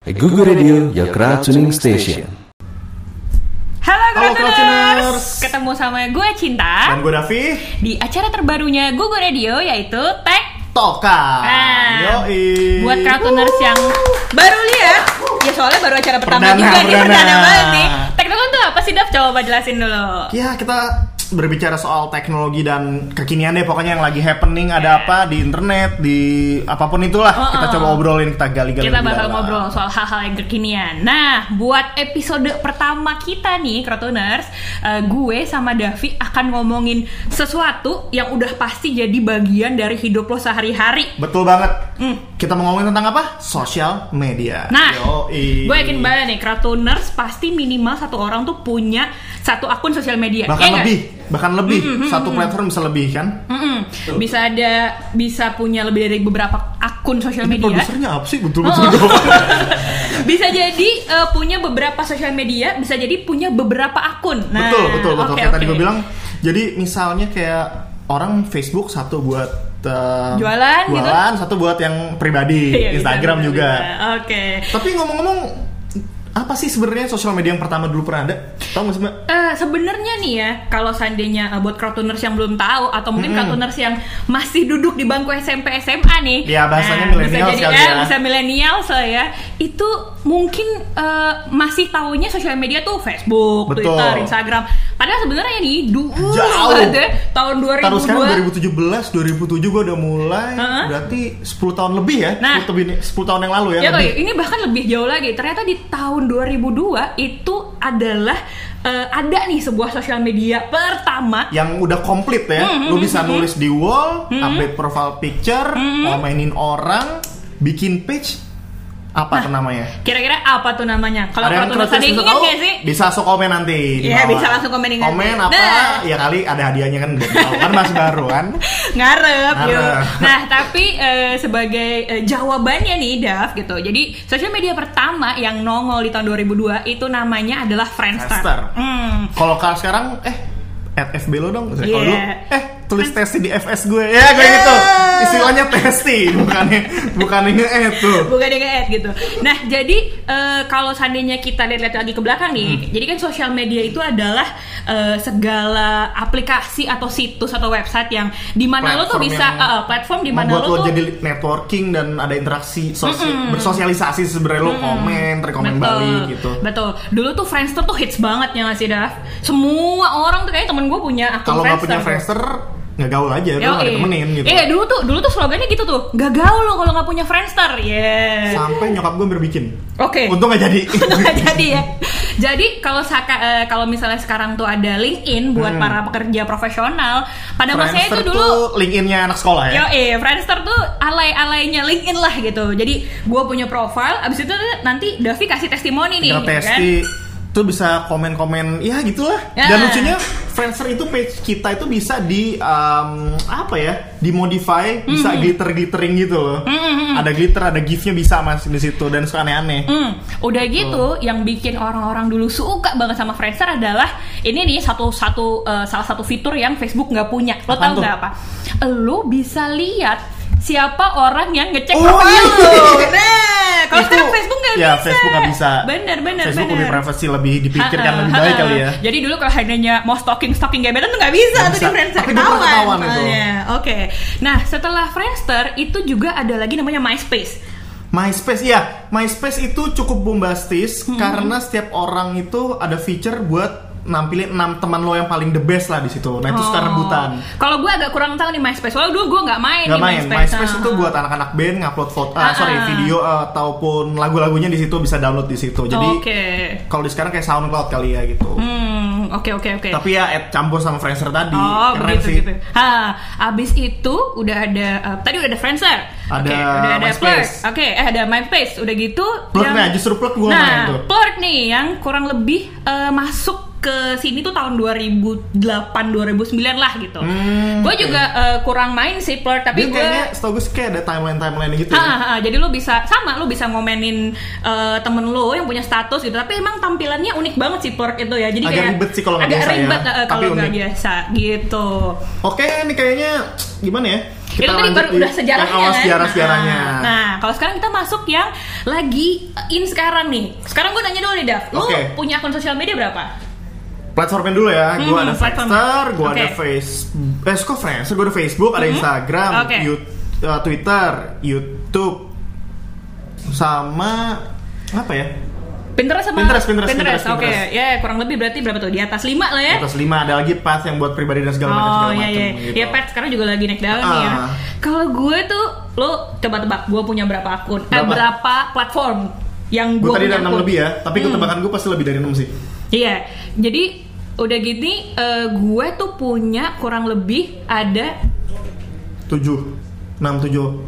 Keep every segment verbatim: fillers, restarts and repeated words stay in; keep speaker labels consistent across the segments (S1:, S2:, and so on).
S1: Google Radio, your crowd tuning station.
S2: Halo Crowdtuners, ketemu sama gue Cinta
S3: dan gue Davi
S2: di acara terbarunya Google Radio yaitu Tech
S3: Toka.
S2: Nah,
S3: Yoi.
S2: buat Crowdtuners yang baru lihat, ya soalnya baru acara pertama
S3: Perdana,
S2: juga nih,
S3: perdana.
S2: perdana banget nih. Tech Toka tuh apa sih, Dav? Coba jelasin dulu.
S3: Ya, kita berbicara soal teknologi dan kekinian deh, pokoknya yang lagi happening, ada
S2: Yeah.
S3: apa di internet, di apapun itulah.
S2: Uh-uh.
S3: Kita coba obrolin, kita gali-gali.
S2: Kita
S3: lebih
S2: bakal
S3: dalam.
S2: ngobrol soal hal-hal yang kekinian. Nah, buat episode pertama kita nih, Crowdtuners, uh, gue sama Davi akan ngomongin sesuatu yang udah pasti jadi bagian dari hidup lo sehari-hari.
S3: Betul banget.
S2: Hmm.
S3: Kita mau ngomongin tentang apa? Sosial media.
S2: Nah,
S3: Yoi.
S2: gue yakin banget nih, Crowdtuners pasti minimal satu orang tuh punya satu akun sosial media.
S3: Bahkan
S2: ya
S3: lebih,
S2: gak?
S3: bahkan lebih.
S2: Mm-hmm.
S3: Satu platform bisa lebih kan?
S2: Mm-hmm. Bisa ada, bisa punya lebih dari beberapa akun sosial
S3: Ini
S2: media.
S3: produsernya apa sih? Betul-betul
S2: Oh.
S3: doang.
S2: Bisa jadi uh, punya beberapa sosial media, bisa jadi punya beberapa akun. Nah,
S3: betul, betul, betul.
S2: okay,
S3: Kayak tadi
S2: okay.
S3: gue bilang, jadi misalnya kayak orang Facebook satu buat uh,
S2: Jualan gitu?
S3: jualan, satu buat yang pribadi,
S2: Iya,
S3: Instagram
S2: bisa,
S3: juga.
S2: bisa. Oke.
S3: Tapi ngomong-ngomong, apa sih sebenarnya sosial media yang pertama dulu pernah ada? Tahu nggak sih, Mbak?
S2: Uh, sebenarnya nih ya, kalau seandainya uh, buat Crowdtuners yang belum tahu atau mungkin
S3: Mm-hmm.
S2: Crowdtuners yang masih duduk di bangku S M P S M A nih,
S3: Ya, bahasanya
S2: nah,
S3: millennials
S2: bisa jadi
S3: kali
S2: eh,
S3: ya.
S2: bisa millennials lah ya. Itu mungkin uh, masih taunya sosial media tuh Facebook,
S3: Betul.
S2: Twitter, Instagram. Padahal sebenarnya nih dulu
S3: Jauh.
S2: banget ya, tahun dua ribu dua.
S3: Taruh sekarang dua ribu tujuh belas, dua ribu tujuh gue udah mulai,
S2: Uh-huh.
S3: berarti sepuluh tahun lebih ya?
S2: Nah.
S3: sepuluh, lebih- sepuluh tahun yang lalu ya?
S2: Ya,
S3: lebih.
S2: toh, ini bahkan lebih jauh lagi. Ternyata di tahun dua ribu dua itu adalah uh, ada nih sebuah sosial media pertama.
S3: Yang udah komplit ya,
S2: Mm-hmm,
S3: lu bisa
S2: mm-hmm.
S3: nulis di wall,
S2: Mm-hmm.
S3: update profile picture,
S2: Mm-hmm.
S3: komenin orang, bikin page, apa tuh namanya?
S2: Kira-kira apa tuh namanya? Kalau
S3: Ada yang
S2: Crowdtuners ada
S3: Crowdtuners
S2: yang
S3: bisa
S2: ingat
S3: tahu?
S2: gak sih?
S3: Bisa langsung komen nanti di
S2: Iya,
S3: bawah.
S2: bisa langsung komen di
S3: Komen
S2: nanti.
S3: apa?
S2: Nah.
S3: Ya kali ada hadiahnya kan, belum tahu kan, masih baru kan.
S2: Ngarep,
S3: Ngarep.
S2: yuk. Nah, tapi eh, sebagai eh, jawabannya nih, Dav, gitu. Jadi, sosial media pertama yang nongol di tahun dua ribu dua itu namanya adalah Friendster.
S3: Friendster.
S2: Hmm.
S3: Kalau kalau sekarang eh at F B lo dong. Kalau
S2: Yeah.
S3: dulu eh tulis testi di F S gue. Ya gue gitu. Istilahnya testi, bukannya bukan ini eh tuh.
S2: Bukan yang nge-add gitu. Nah, jadi eh, kalau seandainya kita lihat-lihat lagi ke belakang nih,
S3: Hmm.
S2: jadi kan sosial media itu adalah eh, segala aplikasi atau situs atau website yang dimana lo tuh
S3: Platform
S2: bisa
S3: yang
S2: eh, platform dimana
S3: Membuat
S2: lo
S3: lo
S2: tuh
S3: jadi networking dan ada interaksi sosi-
S2: Mm-mm.
S3: bersosialisasi sebenarnya lo komen, rekomen
S2: Betul,
S3: balik gitu.
S2: betul. Dulu tuh Friendster tuh hits banget ya nggak sih, Dav? Semua orang tuh kayaknya temen gue punya akun
S3: Kalau nggak
S2: Friendster.
S3: punya Friendster nggak gaul aja, lo nggak ditemenin gitu.
S2: Iya, dulu tuh dulu tuh slogannya gitu tuh. Gak gaul lo kalau nggak punya Friendster. Yeah.
S3: Sampai nyokap gue berbikin.
S2: Oke.
S3: Untung nggak jadi.
S2: Untung nggak jadi ya. Jadi kalau saka- eh, kalau misalnya sekarang tuh ada LinkedIn buat
S3: Hmm.
S2: para pekerja profesional, pada masanya itu
S3: Friendster
S2: dulu
S3: tuh LinkedIn-nya anak sekolah ya.
S2: Yo, eh, Friendster tuh alay-alaynya LinkedIn lah gitu. Jadi gue punya profile, abis itu nanti Davi kasih testimoni nih,
S3: Tinggal
S2: kan?
S3: testi tuh bisa komen-komen ya gitulah.
S2: Ya.
S3: Dan lucunya Friendster itu page kita itu bisa di um, apa ya, dimodify, bisa glitter-glittering gitu loh.
S2: Mm-hmm.
S3: Ada glitter, ada gifnya bisa mas di situ dan suka aneh-aneh.
S2: Hmm, udah gitu, yang bikin orang-orang dulu suka banget sama Friendster adalah ini nih satu-satu uh, salah satu fitur yang Facebook nggak punya. Lo
S3: Apaan
S2: tau
S3: tuh?
S2: nggak apa? Lo bisa lihat siapa orang yang ngecek
S3: Oh,
S2: profil
S3: iya.
S2: lo. Nah, kalau
S3: Itu-
S2: sekarang Facebook nggak
S3: ya,
S2: bisa.
S3: Facebook nggak bisa.
S2: Bener, bener,
S3: Facebook
S2: bener.
S3: lebih privacy, lebih dipikirkan
S2: Ha-ha,
S3: lebih baik
S2: ha-ha.
S3: kali ya.
S2: Jadi dulu kalau hanya mau stalking stalking gebetan tuh nggak bisa
S3: Nggak
S2: tuh
S3: bisa.
S2: di Friendster,
S3: Tapi gue pernah ketahuan itu.
S2: soalnya. Oke. Nah, setelah Friendster itu juga ada lagi namanya MySpace.
S3: MySpace ya, MySpace itu cukup bombastis
S2: Hmm.
S3: karena setiap orang itu ada feature buat nampilin enam teman lo yang paling the best lah di situ. Nah itu suka
S2: Oh.
S3: rebutan.
S2: Kalau gue agak kurang tahu nih MySpace. Soalnya dulu gue nggak main
S3: Gak
S2: nih
S3: main,
S2: MySpace.
S3: MySpace itu
S2: Ah.
S3: buat anak-anak band ngupload foto, ah,
S2: Ah,
S3: sorry
S2: ah.
S3: video uh, ataupun lagu-lagunya di situ bisa download di situ. Jadi
S2: Oke.
S3: kalau di sekarang kayak SoundCloud kali ya gitu.
S2: Hmm, oke oke oke.
S3: Tapi ya add campur sama Friendster tadi,
S2: Oh,
S3: keren
S2: begitu
S3: sih.
S2: gitu. Ha, abis itu udah ada uh, tadi udah ada Friendster.
S3: Ada
S2: Oke, udah ada
S3: MySpace.
S2: Plurk. Oke, eh ada MySpace. Udah gitu
S3: Plurk
S2: yang-
S3: nih, justru Plurk gue main
S2: Nah,
S3: tuh.
S2: Plurk nih yang kurang lebih uh, masuk ke sini tuh tahun dua ribu delapan dua ribu sembilan lah gitu.
S3: Hmm,
S2: Gue
S3: okay.
S2: juga uh, kurang main sih Plur, tapi
S3: Dia
S2: gue
S3: kayaknya setahu gue sih kayak ada timeline-timeline gitu
S2: Ha,
S3: ya.
S2: ha, ha. Jadi lo bisa sama, lo bisa ngomenin uh, temen lo yang punya status gitu. Tapi emang tampilannya unik banget sih Plur itu ya. Jadi
S3: Agak
S2: kayak
S3: ribet sih kalau nggak
S2: agak
S3: biasa ya,
S2: ribet uh,
S3: tapi
S2: kalau nggak
S3: unik.
S2: biasa gitu.
S3: Oke, ini kayaknya gimana ya?
S2: Itu tadi baru udah sejarahnya
S3: yang awal
S2: kan?
S3: sejarah-sejarahnya.
S2: Nah, nah, kalau sekarang kita masuk yang lagi in sekarang nih. Sekarang gue nanya dulu nih Dav, lo
S3: Oke.
S2: punya akun sosial media berapa?
S3: Platformnya dulu ya, gue
S2: Hmm,
S3: ada
S2: platform.
S3: Friendster, gue
S2: Oke.
S3: ada Facebook, eh kok Friendster, gue ada Facebook, ada Instagram,
S2: Oke.
S3: You- uh, Twitter, YouTube, sama apa ya?
S2: Pinterest sama
S3: Pinterest, Pinterest, Pinterest,
S2: Oke,
S3: Pinterest.
S2: ya kurang lebih berarti berapa tuh? Di atas lima lah ya.
S3: Di atas lima, ada lagi Path yang buat pribadi dan segala macam
S2: Oh
S3: segala
S2: iya
S3: macam
S2: iya.
S3: gitu.
S2: Ya pet sekarang juga lagi naik daun nih ya.
S3: Ah.
S2: Kalau gue tuh lo coba tebak gue punya berapa akun? Eh,
S3: Berapa?
S2: berapa platform yang gue
S3: Gue tadi
S2: punya
S3: ada enam
S2: akun?
S3: lebih ya, tapi gue
S2: Hmm.
S3: tebakan gue pasti lebih dari enam sih.
S2: Iya. Jadi udah gini eh, gue tuh punya kurang lebih ada
S3: Tujuh, enam, tujuh.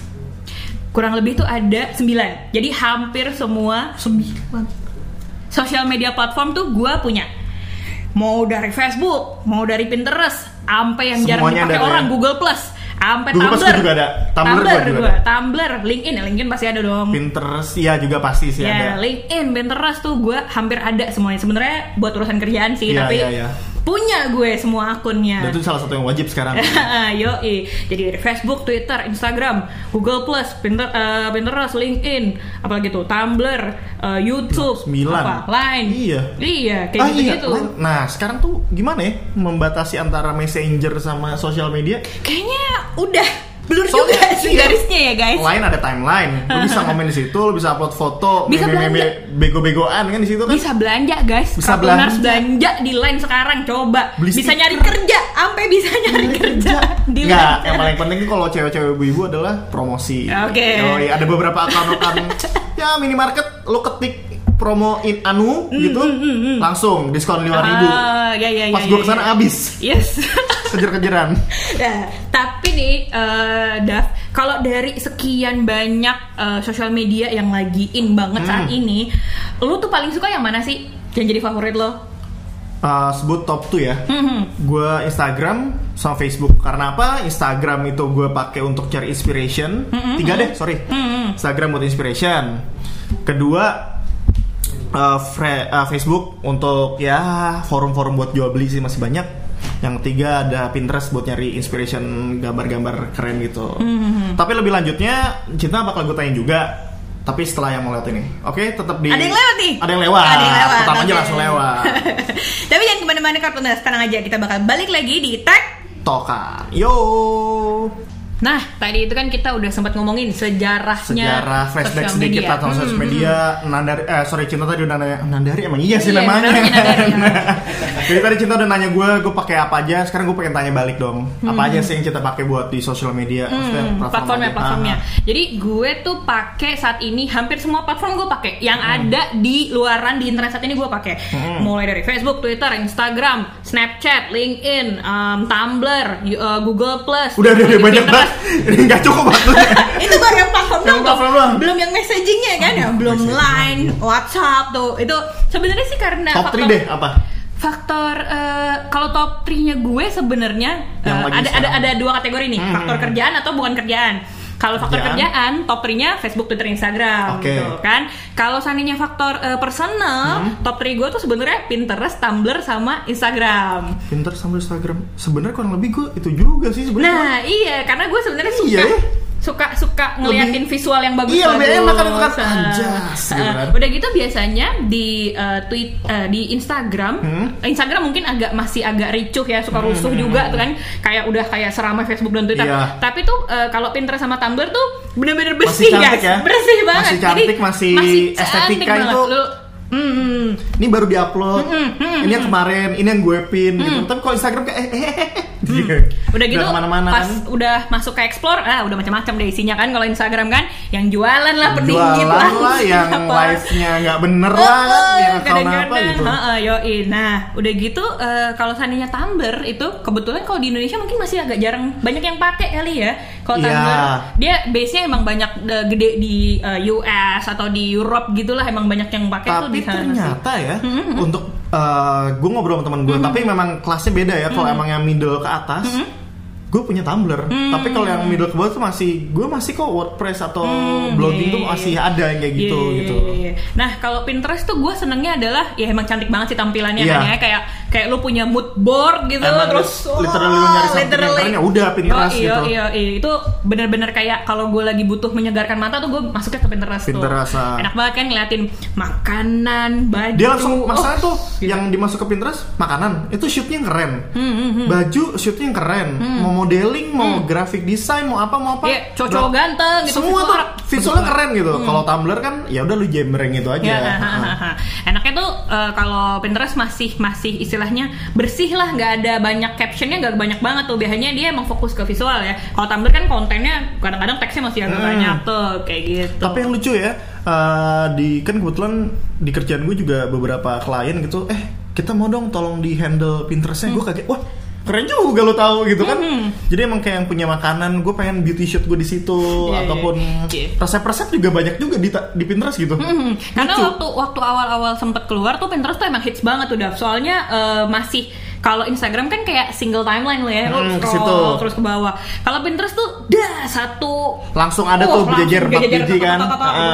S2: kurang lebih tuh ada sembilan. Jadi hampir semua sembilan sosial media platform tuh gue punya. Mau dari Facebook, mau dari Pinterest, sampai yang jarang
S3: Semuanya
S2: dipakai
S3: ada
S2: orang
S3: ya?
S2: Google Plus, sampai
S3: Google Plus
S2: Tumblr.
S3: juga ada. Tumblr
S2: Tumblr
S3: gua juga
S2: gua,
S3: ada.
S2: Tumblr, LinkedIn, ya LinkedIn pasti ada dong.
S3: Pinterest, iya juga pasti sih
S2: Ya,
S3: ada.
S2: LinkedIn, Pinterest tuh gue hampir ada semuanya. Sebenarnya buat urusan kerjaan sih,
S3: Iya,
S2: tapi
S3: iya, iya.
S2: punya gue semua akunnya.
S3: Dan itu salah satu yang wajib sekarang.
S2: Yoi, jadi dari Facebook, Twitter, Instagram, Google Plus, Pinter, eh, Pinterest, LinkedIn, apalagi tuh Tumblr, eh, YouTube,
S3: Sembilan.
S2: apa, Line.
S3: Iya.
S2: Iya, kayak
S3: Ah,
S2: gitu
S3: iya.
S2: gitu.
S3: Nah, sekarang tuh gimana ya membatasi antara Messenger sama sosial media?
S2: Kayaknya udah blur
S3: Soalnya,
S2: juga sih
S3: iya.
S2: garisnya ya guys.
S3: Line ada timeline, lu bisa komen di situ, lu bisa upload foto,
S2: Bisa
S3: meme-meme bego-begoan kan di situ kan.
S2: Bisa belanja guys,
S3: Bisa
S2: Kartuners
S3: belanja.
S2: belanja di Line sekarang, coba.
S3: Beli
S2: Bisa
S3: stiker.
S2: nyari kerja, sampai bisa nyari kerja di
S3: Enggak,
S2: Line.
S3: yang paling penting tuh kalau cewek-cewek ibu-ibu adalah promosi.
S2: Oke.
S3: Yoi, ada beberapa akun-akun ya minimarket, lu ketik promo in anu gitu, langsung diskon lima ribu.
S2: Ah, ya ya ya.
S3: Pas
S2: ya,
S3: gua
S2: ya.
S3: kesana abis,
S2: Yes.
S3: kejar-kejaran.
S2: Nah, tapi nih, eh, Dav, kalau dari sekian banyak eh, sosial media yang lagi in banget saat
S3: Hmm.
S2: ini, lu tuh paling suka yang mana sih? Yang jadi favorit lo?
S3: Uh, sebut top two ya.
S2: Hmm.
S3: Gue Instagram sama Facebook. Karena apa? Instagram itu gue pakai untuk cari inspiration. Tiga deh, sorry. Instagram buat inspiration. Kedua, uh, fre- uh, Facebook untuk ya forum-forum buat jual beli sih masih banyak. Yang ketiga ada Pinterest buat nyari inspiration gambar-gambar keren gitu. Tapi lebih lanjutnya, Cinta bakal gue tanya juga. Tapi setelah yang mau lewat ini, oke? Tetap di.
S2: Ada yang lewat nih?
S3: Ada yang lewat.
S2: Ada yang lewat,
S3: Pertama aja
S2: oke.
S3: langsung lewat.
S2: Tapi jangan kemana-mana Kartuners, tenang aja, kita bakal balik lagi di tag.
S3: Toka, yo.
S2: Nah, tadi itu kan kita udah sempat ngomongin sejarahnya
S3: Sejarah flashback
S2: sosial
S3: sedikit
S2: media.
S3: lah tentang sosial
S2: Hmm,
S3: media. Nandari, eh sorry Cinta tadi udah nanya. Nandari emang iya sih
S2: Iya,
S3: namanya.
S2: namanya Nandari, ya.
S3: Jadi tadi Cinta udah nanya gue, gue pakai apa aja. Sekarang gue pengen tanya balik dong. Apa aja sih yang Cinta pakai buat di sosial media? Maksudnya
S2: Hmm,
S3: platform
S2: platformnya
S3: aja.
S2: platformnya.
S3: Ah,
S2: Jadi gue tuh pakai saat ini hampir semua platform gue pakai. Yang
S3: Hmm.
S2: ada di luaran di internet saat ini gue pakai. Mulai dari Facebook, Twitter, Instagram, Snapchat, LinkedIn, um, Tumblr, y- uh, Google Plus.
S3: Udah, udah, udah
S2: Pinterest.
S3: banyak banget. Ini nggak cukup waktunya.
S2: Itu baru yang platform
S3: Yang
S2: doang tuh.
S3: platform doang.
S2: Belum yang messagingnya kan ya, belum Line, WhatsApp tuh. Itu sebenarnya sih karena
S3: Top three
S2: faktor-
S3: deh apa?
S2: Faktor eh, kalau top tiga-nya gue sebenarnya
S3: Yang
S2: eh,
S3: lagi
S2: ada ada
S3: sekarang.
S2: ada dua kategori nih,
S3: Hmm.
S2: faktor kerjaan atau bukan kerjaan. Kalau faktor
S3: Kerjaan.
S2: kerjaan, top tiga-nya Facebook, Twitter, Instagram
S3: Oke.
S2: gitu kan. Kalau seandainya faktor eh, personal,
S3: Hmm.
S2: top tiga gue tuh sebenarnya Pinterest, Tumblr sama Instagram.
S3: Pinter sama Instagram. Sebenarnya kurang lebih gue itu juga sih sebenarnya.
S2: Nah, iya, karena gue sebenarnya suka
S3: Iya ya.
S2: suka suka ngeliatin
S3: Lebih-
S2: visual yang bagus.
S3: Iya, lebih enak kan, kan
S2: Ah,
S3: anjas, gitu
S2: ah.
S3: kan.
S2: Udah gitu biasanya di eh, tweet eh, di Instagram,
S3: Hmm.
S2: Instagram mungkin agak masih agak ricuh ya, suka rusuh juga tuh kan, kayak udah kayak seramai Facebook dan Twitter.
S3: Iya.
S2: Tapi tuh eh, kalau Pinterest sama Tumblr tuh bener-bener
S3: Masih
S2: bersih
S3: cantik
S2: guys,
S3: ya?
S2: bersih banget.
S3: Masih cantik, masih
S2: cantik
S3: estetika
S2: banget.
S3: itu.
S2: Lu, hmm, hmm.
S3: Ini baru diupload.
S2: Hmm, hmm,
S3: ini yang kemarin, ini yang gue pin gitu.
S2: Hmm.
S3: Tapi kalau Instagram kayak eh, eh, eh, eh,
S2: hmm. Udah gitu
S3: kemana-mana
S2: pas
S3: kan.
S2: udah masuk ke explore, ah udah macam-macam deh isinya kan. Kalau Instagram kan yang jualan lah, peninggi
S3: jualan lah, yang live-nya nggak bener lah,
S2: oh,
S3: yang account apa gitu.
S2: Heeh, yoi. Nah, udah gitu uh, kalau seandainya Tumblr itu kebetulan kalau di Indonesia mungkin masih agak jarang banyak yang pakai kali ya. Kalau
S3: yeah.
S2: Tumblr dia base-nya emang banyak uh, gede di uh, U S atau di Europe gitulah, emang banyak yang pakai tuh di sana.
S3: Tapi ternyata
S2: sih.
S3: ya
S2: mm-hmm.
S3: untuk uh, gue ngobrol sama teman gue, mm-hmm. tapi memang kelasnya beda ya. Kalau mm-hmm. emang yang middle ke atas, mm-hmm. gue punya Tumblr. Hmm. Tapi kalau yang middle ke bawah tuh masih, gue masih kok WordPress atau hmm, blogging yeah, tuh masih yeah. ada yang kayak gitu
S2: yeah,
S3: gitu.
S2: Yeah, yeah. Nah kalau Pinterest tuh gue senengnya adalah ya emang cantik banget sih tampilannya
S3: yeah.
S2: kan ya, kayak kayak lu punya mood board gitu,
S3: emang
S2: terus
S3: literally lu nyari something yang keren ya udah Pinterest
S2: yo,
S3: gitu.
S2: Iya iya itu bener-bener kayak kalau gue lagi butuh menyegarkan mata tuh gue masuknya ke Pinterest,
S3: Pinterest
S2: tuh.
S3: Ah.
S2: Enak banget kan ngeliatin makanan, baju.
S3: Dia langsung masalah
S2: oh,
S3: tuh
S2: gitu.
S3: Yang dimasuk ke Pinterest makanan itu shootnya keren, hmm, hmm, hmm. baju shootnya yang keren, hmm. mau modeling, mau hmm. graphic design, mau apa mau apa,
S2: yeah, cowok ganteng gitu,
S3: semua tuh visualnya keren gitu.
S2: Hmm.
S3: Kalau Tumblr kan ya udah lu jembreng itu aja.
S2: Ya, ha, ha, ha. Enaknya tuh uh, kalau Pinterest masih masih istilahnya bersih lah, nggak ada banyak captionnya, nggak banyak banget tuh. Biasanya dia emang fokus ke visual ya. Kalau Tumblr kan kontennya kadang-kadang teksnya masih agak hmm. banyak tuh kayak gitu.
S3: Tapi yang lucu ya, uh, di kan kebetulan di kerjaan gue juga beberapa klien gitu, eh kita mau dong tolong di handle Pinterestnya. Hmm. Gue kaget, wah keren juga lo tahu gitu kan. Mm-hmm. Jadi emang kayak yang punya makanan, gue pengen beauty shoot gue di situ, yeah, ataupun yeah. resep-resep juga banyak juga di di Pinterest gitu. Mm-hmm.
S2: Karena waktu waktu awal-awal sempet keluar tuh Pinterest tuh emang hits banget tuh, Dav. Soalnya uh, masih kalau Instagram kan kayak single timeline lo ya, lo hmm, scroll terus ke bawah. Kalau Pinterest tuh dah satu
S3: langsung ada oh, tuh berjejer empat biji kan.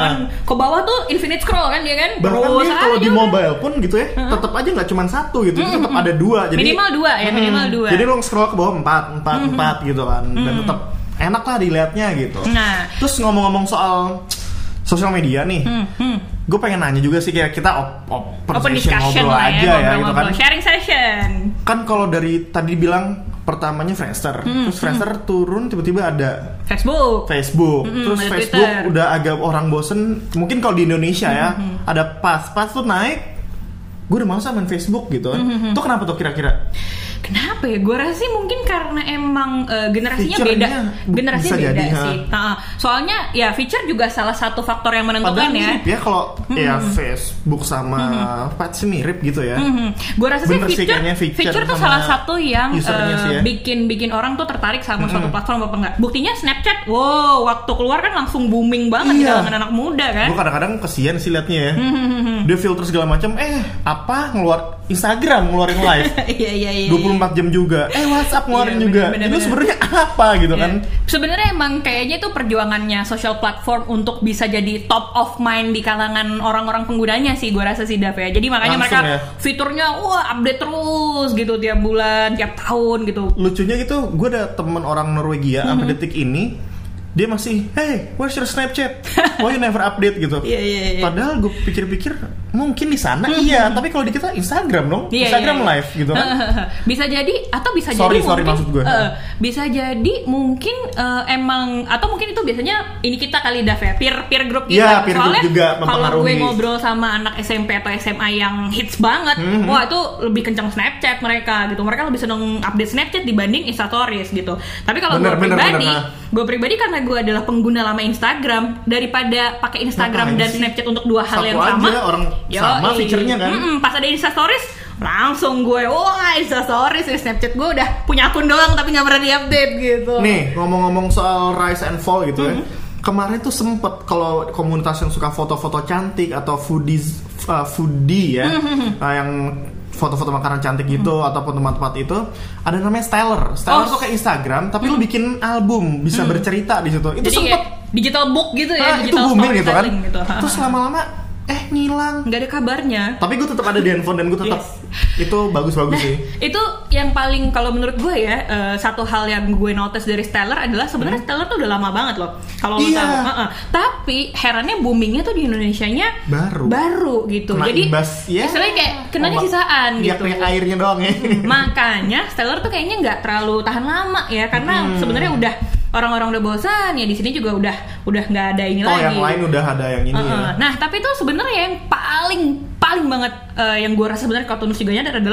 S2: Ke bawah tuh infinite scroll kan dia kan.
S3: Bahkan dia kalau di mobile pun gitu ya, uh-huh. tetap aja nggak cuma satu gitu, mm-hmm. tetap ada dua. Jadi
S2: minimal dua ya, minimal hmm, dua.
S3: Jadi lo scroll ke bawah empat, empat, mm-hmm. empat gitu kan, dan mm-hmm. tetap enak lah dilihatnya gitu. Nah, terus ngomong-ngomong soal sosial media nih, hmm, hmm. gue pengen nanya juga sih, kayak kita op, op,
S2: open discussion
S3: ngobrol
S2: lah
S3: aja
S2: ya,
S3: ya,
S2: ngobrol,
S3: gitu kan.
S2: Sharing session.
S3: Kan kalau dari tadi bilang pertamanya Friendster, hmm, terus Friendster hmm. turun tiba-tiba ada
S2: Facebook,
S3: Facebook, hmm, terus Facebook Twitter. Udah agak orang bosen. Mungkin kalau di Indonesia hmm, ya, hmm. ada pas, pas tuh naik, gue udah males main Facebook gitu kan. Hmm, tuh kenapa tuh kira-kira?
S2: Kenapa ya? Gue rasa sih mungkin karena emang uh, generasinya beda, generasinya beda jadi, sih. Nah, soalnya ya feature juga salah satu faktor yang menentukan.
S3: Padahal
S2: ya.
S3: Mirip ya kalau hmm. ya Facebook sama hmm. Pad sih mirip gitu ya. Hmm.
S2: Gue rasa
S3: bener
S2: sih feature,
S3: feature,
S2: feature tuh salah satu yang uh,
S3: ya.
S2: bikin bikin orang tuh tertarik sama hmm. suatu platform apa enggak. Buktinya Snapchat, wow, waktu keluar kan langsung booming banget iya. di kalangan anak muda kan.
S3: Gue kadang-kadang kesian sih liatnya ya. Hmm. Dia filter segala macam, eh apa ngeluar Instagram ngeluarin live.
S2: Iya iya iya.
S3: dua puluh empat jam juga. Eh WhatsApp ngeluarin iya, juga. Bener, bener, itu sebenarnya apa gitu iya. kan? Sebenarnya
S2: emang kayaknya itu perjuangannya social platform untuk bisa jadi top of mind di kalangan orang-orang penggunanya sih, gue rasa sih Dav ya. Jadi makanya langsung mereka ya. Fiturnya wah update terus gitu tiap bulan, tiap tahun gitu.
S3: Lucunya gitu, gue ada temen orang Norwegia sampai mm-hmm. detik ini dia masih, hey, where's your Snapchat? Why you never update gitu?
S2: Iya, iya, iya.
S3: Padahal gue pikir-pikir mungkin di sana iya, tapi kalau di kita Instagram dong, yeah, Instagram yeah, yeah. live gitu kan?
S2: Bisa jadi atau bisa
S3: sorry,
S2: jadi
S3: sorry,
S2: mungkin,
S3: maksud gue.
S2: Uh, bisa jadi mungkin uh, emang atau mungkin itu biasanya ini kita kali Dav ya, peer peer group gitu.
S3: Yeah, peer
S2: soalnya
S3: group juga
S2: kalau gue ngobrol sama anak S M P atau S M A yang hits banget, mm-hmm. wah itu lebih kencang Snapchat mereka gitu. Mereka lebih seneng update Snapchat dibanding Instastories gitu. Tapi kalau gue pribadi, gue pribadi karena gue adalah pengguna lama Instagram, daripada pakai Instagram nah, dan sih. Snapchat untuk dua hal
S3: satu
S2: yang sama.
S3: Aja, orang yo, sama fiturnya kan.
S2: Mm-mm, pas ada Instastories langsung gue, wah Instastories, Snapchat gue udah punya akun doang tapi nggak pernah diupdate gitu.
S3: Nih ngomong-ngomong soal rise and fall gitu mm-hmm. ya. Kemarin tuh sempet kalau komunitas yang suka foto-foto cantik atau foodies, uh, foodie ya, mm-hmm. uh, yang foto-foto makanan cantik gitu hmm. ataupun tempat-tempat itu ada namanya Stellar. Stellar oh. tuh kayak Instagram tapi hmm. lu bikin album bisa hmm. bercerita di situ. Itu
S2: jadi
S3: sempet
S2: digital book gitu ya,
S3: nah,
S2: digital
S3: itu booming gitu kan.
S2: Gitu.
S3: Terus lama-lama eh ngilang.
S2: Nggak ada kabarnya.
S3: Tapi gue tetap ada di handphone dan gue tetap yes. itu bagus-bagus
S2: nah,
S3: sih.
S2: Itu yang paling kalau menurut gue ya uh, satu hal yang gue notice dari Stellar adalah sebenarnya hmm. Stellar tuh udah lama banget loh. Kalau lo
S3: iya.
S2: tahu. Uh-uh. Tapi herannya boomingnya tuh di Indonesianya
S3: baru.
S2: Baru gitu.
S3: Kena
S2: jadi
S3: imbas, ya.
S2: istilahnya kayak kenanya sisaan gitu.
S3: Kayak airnya doang ya.
S2: Makanya Stellar tuh kayaknya nggak terlalu tahan lama ya karena hmm. sebenarnya udah orang-orang udah bosan ya di sini juga udah udah nggak ada ini
S3: oh,
S2: lagi.
S3: Oh yang lain udah ada yang ini uh-uh. ya.
S2: Nah tapi tuh sebenarnya yang paling paling banget uh, yang gue rasa sebenarnya kalau Cartoonist juga nyadar adalah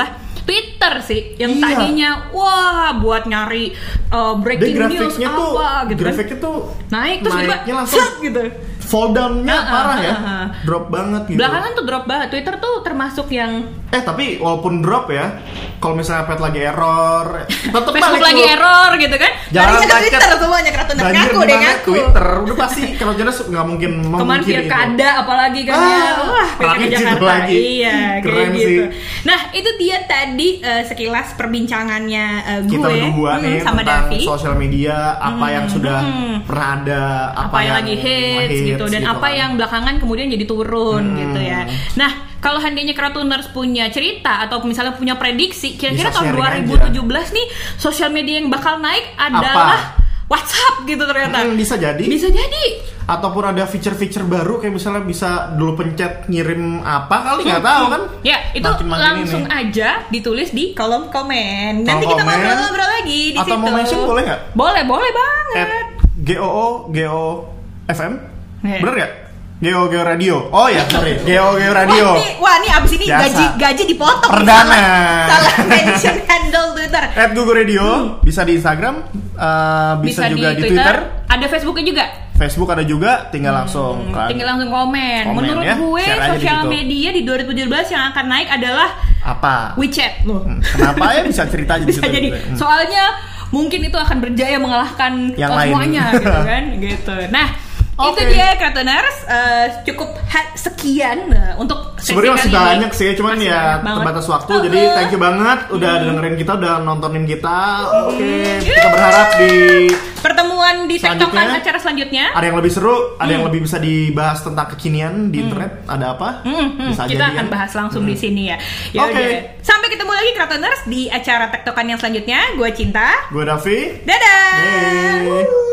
S2: Twitter sih yang
S3: Iya.
S2: tadinya wah buat nyari uh,
S3: Dan
S2: breaking news
S3: grafiknya tuh,
S2: apa gitu kan.
S3: grafiknya tuh
S2: Naik terus
S3: naiknya
S2: tiba
S3: langsung
S2: set gitu.
S3: fall down-nya
S2: Ah, ah,
S3: parah ya,
S2: ah, ah.
S3: drop banget gitu.
S2: Belakangan tuh drop banget. Twitter tuh termasuk yang
S3: Eh tapi walaupun drop ya, kalau misalnya pet lagi error, tetep
S2: Facebook
S3: balik
S2: lagi
S3: lu.
S2: error gitu kan.
S3: Jangan
S4: Larinya ke
S3: pakai
S4: Twitter semuanya, Kratoners.
S3: banjir
S4: Ngaku deh,
S3: dimana?
S4: ngaku.
S3: Twitter udah pasti kalau jelas nggak mungkin
S2: Kemarin
S3: memungkiri itu.
S2: pilkada apalagi kan ya.
S3: Ah,
S2: Wah,
S3: perangnya
S2: pilkada
S3: situ
S2: Jakarta.
S3: lagi.
S2: Iya,
S3: Keren
S2: kayak gitu.
S3: sih.
S2: Nah, itu dia tadi eh, sekilas perbincangannya eh, gue
S3: Kita berdua
S2: hmm,
S3: nih
S2: sama
S3: tentang
S2: Davi.
S3: sosial media, apa yang sudah pernah ada,
S2: Apa, yang lagi hits gitu dan apa
S3: kan.
S2: yang belakangan kemudian jadi turun
S3: Hmm.
S2: gitu ya. Nah, kalau seandainya Kratoners punya cerita atau misalnya punya prediksi, kira-kira
S3: Bisa
S2: tahun
S3: sharing
S2: dua ribu tujuh belas nih sosial media yang bakal naik adalah WhatsApp gitu ternyata.
S3: Hmm, bisa jadi.
S2: Bisa jadi.
S3: Ataupun ada fitur-fitur baru kayak misalnya bisa dulu pencet ngirim apa kali nggak tahu kan?
S2: Ya, itu
S3: Makin-makin
S2: langsung
S3: ini.
S2: aja ditulis di kolom komen. Nanti
S3: Kolom
S2: kita
S3: komen.
S2: ngobrol-ngobrol lagi di
S3: Atau
S2: situ.
S3: mau mention boleh nggak?
S2: Boleh, boleh banget.
S3: At G O O G O F M
S2: Iya.
S3: bener gak? Geo Geo Radio. Oh ya sorry, Geo Geo Radio.
S4: Wah, nih, wah, nih abis ini
S3: Biasa.
S4: gaji gaji dipotong. nih,
S3: Perdana.
S4: Salah, salah mention handle Twitter.
S3: At Google Radio bisa di Instagram, uh, bisa, juga di, Twitter.
S2: Ada Facebooknya juga.
S3: Facebook ada juga, tinggal langsung kan.
S2: Tinggal langsung komen.
S3: Komen,
S2: Menurut
S3: ya.
S2: gue
S3: Share aja di
S2: sosial
S3: situ.
S2: media di dua ribu tujuh belas yang akan naik adalah
S3: Apa?
S2: WeChat loh.
S3: Hmm, Kenapa ya bisa cerita aja di
S2: Bisa
S3: situ.
S2: jadi.
S3: Hmm.
S2: Soalnya mungkin itu akan berjaya mengalahkan
S3: Yang
S2: uh,
S3: lain.
S2: semuanya gitu kan, gitu. Nah,
S3: Oke.
S2: itu dia Kratoners, uh, cukup ha- sekian uh, untuk sesi
S3: Sebenarnya masih
S2: kali ini.
S3: banyak sih, cuman
S2: Masih
S3: ya
S2: banyak banget.
S3: terbatas waktu.
S2: Uh-uh.
S3: Jadi thank you banget udah dengerin kita, udah nontonin kita. Oke,
S2: Hmm.
S3: kita berharap di
S2: Pertemuan di
S3: Selanjutnya,
S2: tektokan acara selanjutnya.
S3: ada yang lebih seru, ada yang
S2: Hmm.
S3: lebih bisa dibahas tentang kekinian di internet. Ada apa?
S2: Hmm, hmm,
S3: Bisa
S2: kita
S3: jadi
S2: akan
S3: kan?
S2: bahas langsung di sini ya.
S3: Oke.
S2: Yaudah. Sampai ketemu lagi Kratoners di acara tektokan yang selanjutnya. Gue Cinta.
S3: Gue Davi.
S2: Dadah.
S3: Yeay.